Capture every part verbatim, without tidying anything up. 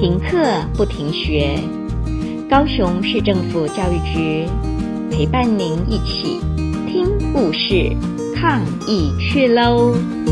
停课不停学，高雄市政府教育局陪伴您一起听故事、抗疫去喽！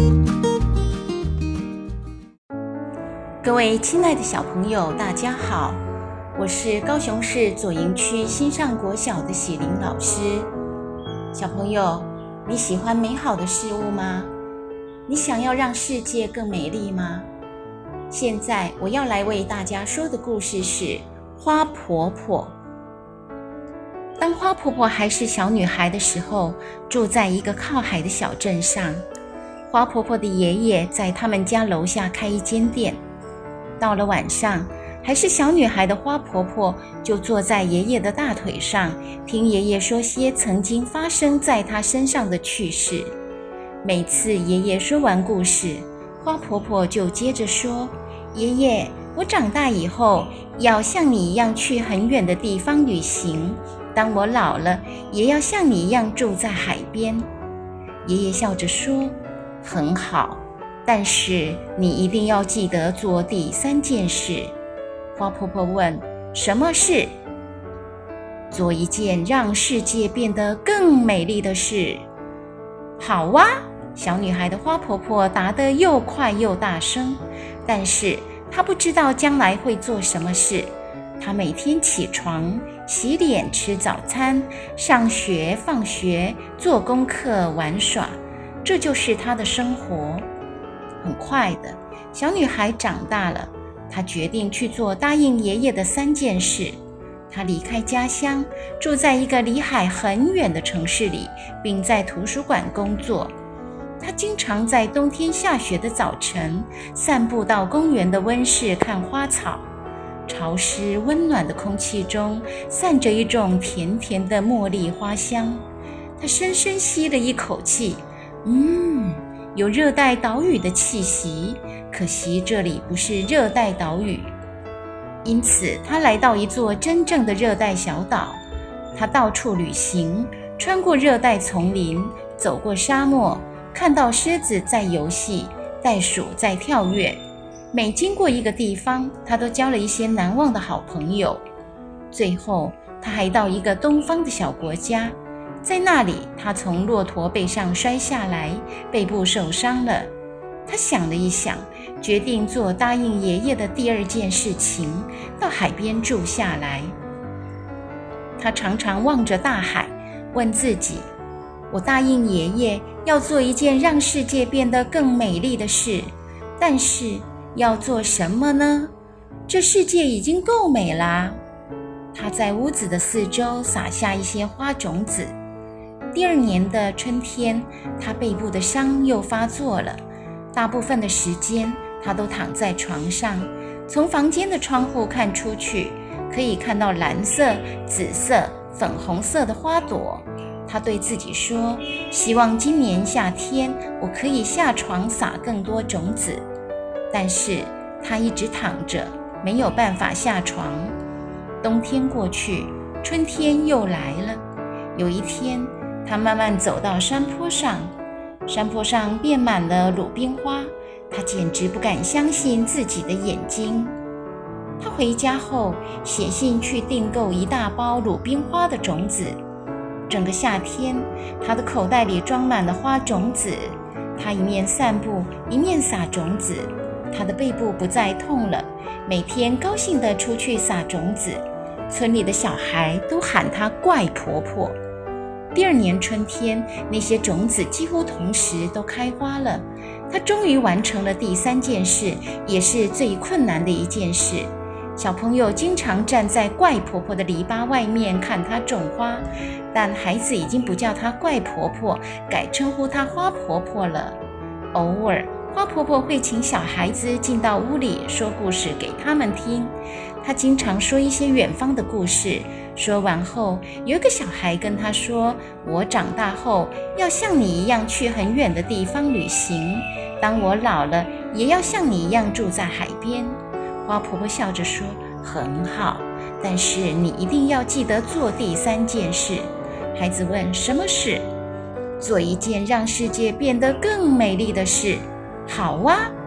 各位亲爱的小朋友，大家好，我是高雄市左营区新上国小的喜玲老师。小朋友，你喜欢美好的事物吗？你想要让世界更美丽吗？现在我要来为大家说的故事是花婆婆。当花婆婆还是小女孩的时候，住在一个靠海的小镇上。花婆婆的爷爷在他们家楼下开一间店。到了晚上，还是小女孩的花婆婆就坐在爷爷的大腿上，听爷爷说些曾经发生在她身上的趣事。每次爷爷说完故事，花婆婆就接着说：爷爷，我长大以后要像你一样去很远的地方旅行，当我老了也要像你一样住在海边。爷爷笑着说：很好，但是你一定要记得做第三件事。花婆婆问：什么事？做一件让世界变得更美丽的事。好啊，小女孩的花婆婆答得又快又大声，但是她不知道将来会做什么事。她每天起床、洗脸、吃早餐、上学、放学、做功课、玩耍，这就是她的生活。很快的，小女孩长大了，她决定去做答应爷爷的三件事。她离开家乡，住在一个离海很远的城市里，并在图书馆工作。她经常在冬天下雪的早晨散步到公园的温室看花草。潮湿温暖的空气中散着一种甜甜的茉莉花香。她深深吸了一口气，嗯，有热带岛屿的气息，可惜这里不是热带岛屿。因此她来到一座真正的热带小岛。她到处旅行，穿过热带丛林，走过沙漠，看到狮子在游戏，袋鼠在跳跃。每经过一个地方，她都交了一些难忘的好朋友。最后她还到一个东方的小国家，在那里她从骆驼背上摔下来，背部受伤了。她想了一想，决定做答应爷爷的第二件事情，到海边住下来。她常常望着大海，问自己：我答应爷爷要做一件让世界变得更美丽的事，但是要做什么呢？这世界已经够美啦。她在屋子的四周撒下一些花种子。第二年的春天，她背部的伤又发作了。大部分的时间，她都躺在床上，从房间的窗户看出去，可以看到蓝色、紫色、粉红色的花朵。她对自己说：希望今年夏天我可以下床撒更多种子。但是她一直躺着，没有办法下床。冬天过去，春天又来了。有一天，她慢慢走到山坡上，山坡上遍满了鲁冰花，她简直不敢相信自己的眼睛。她回家后写信去订购一大包鲁冰花的种子。整个夏天，她的口袋里装满了花种子。她一面散步，一面撒种子。她的背部不再痛了，每天高兴地出去撒种子。村里的小孩都喊她怪婆婆。第二年春天，那些种子几乎同时都开花了。她终于完成了第三件事，也是最困难的一件事。小朋友经常站在怪婆婆的篱笆外面看她种花，但孩子已经不叫她怪婆婆，改称呼她花婆婆了。偶尔，花婆婆会请小孩子进到屋里说故事给他们听。她经常说一些远方的故事，说完后，有一个小孩跟她说：我长大后要像你一样去很远的地方旅行，当我老了也要像你一样住在海边。花婆婆笑着说：很好，但是你一定要记得做第三件事。孩子问：什么事？做一件让世界变得更美丽的事。好啊，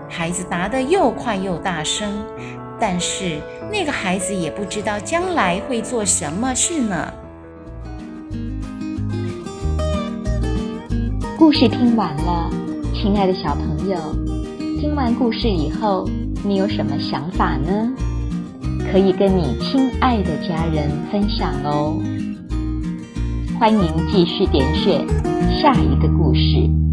孩子答得又快又大声，但是那个孩子也不知道将来会做什么事呢。 故事听完了，亲爱的小朋友，听完故事以后，你有什么想法呢？可以跟你亲爱的家人分享哦。欢迎继续点选下一个故事。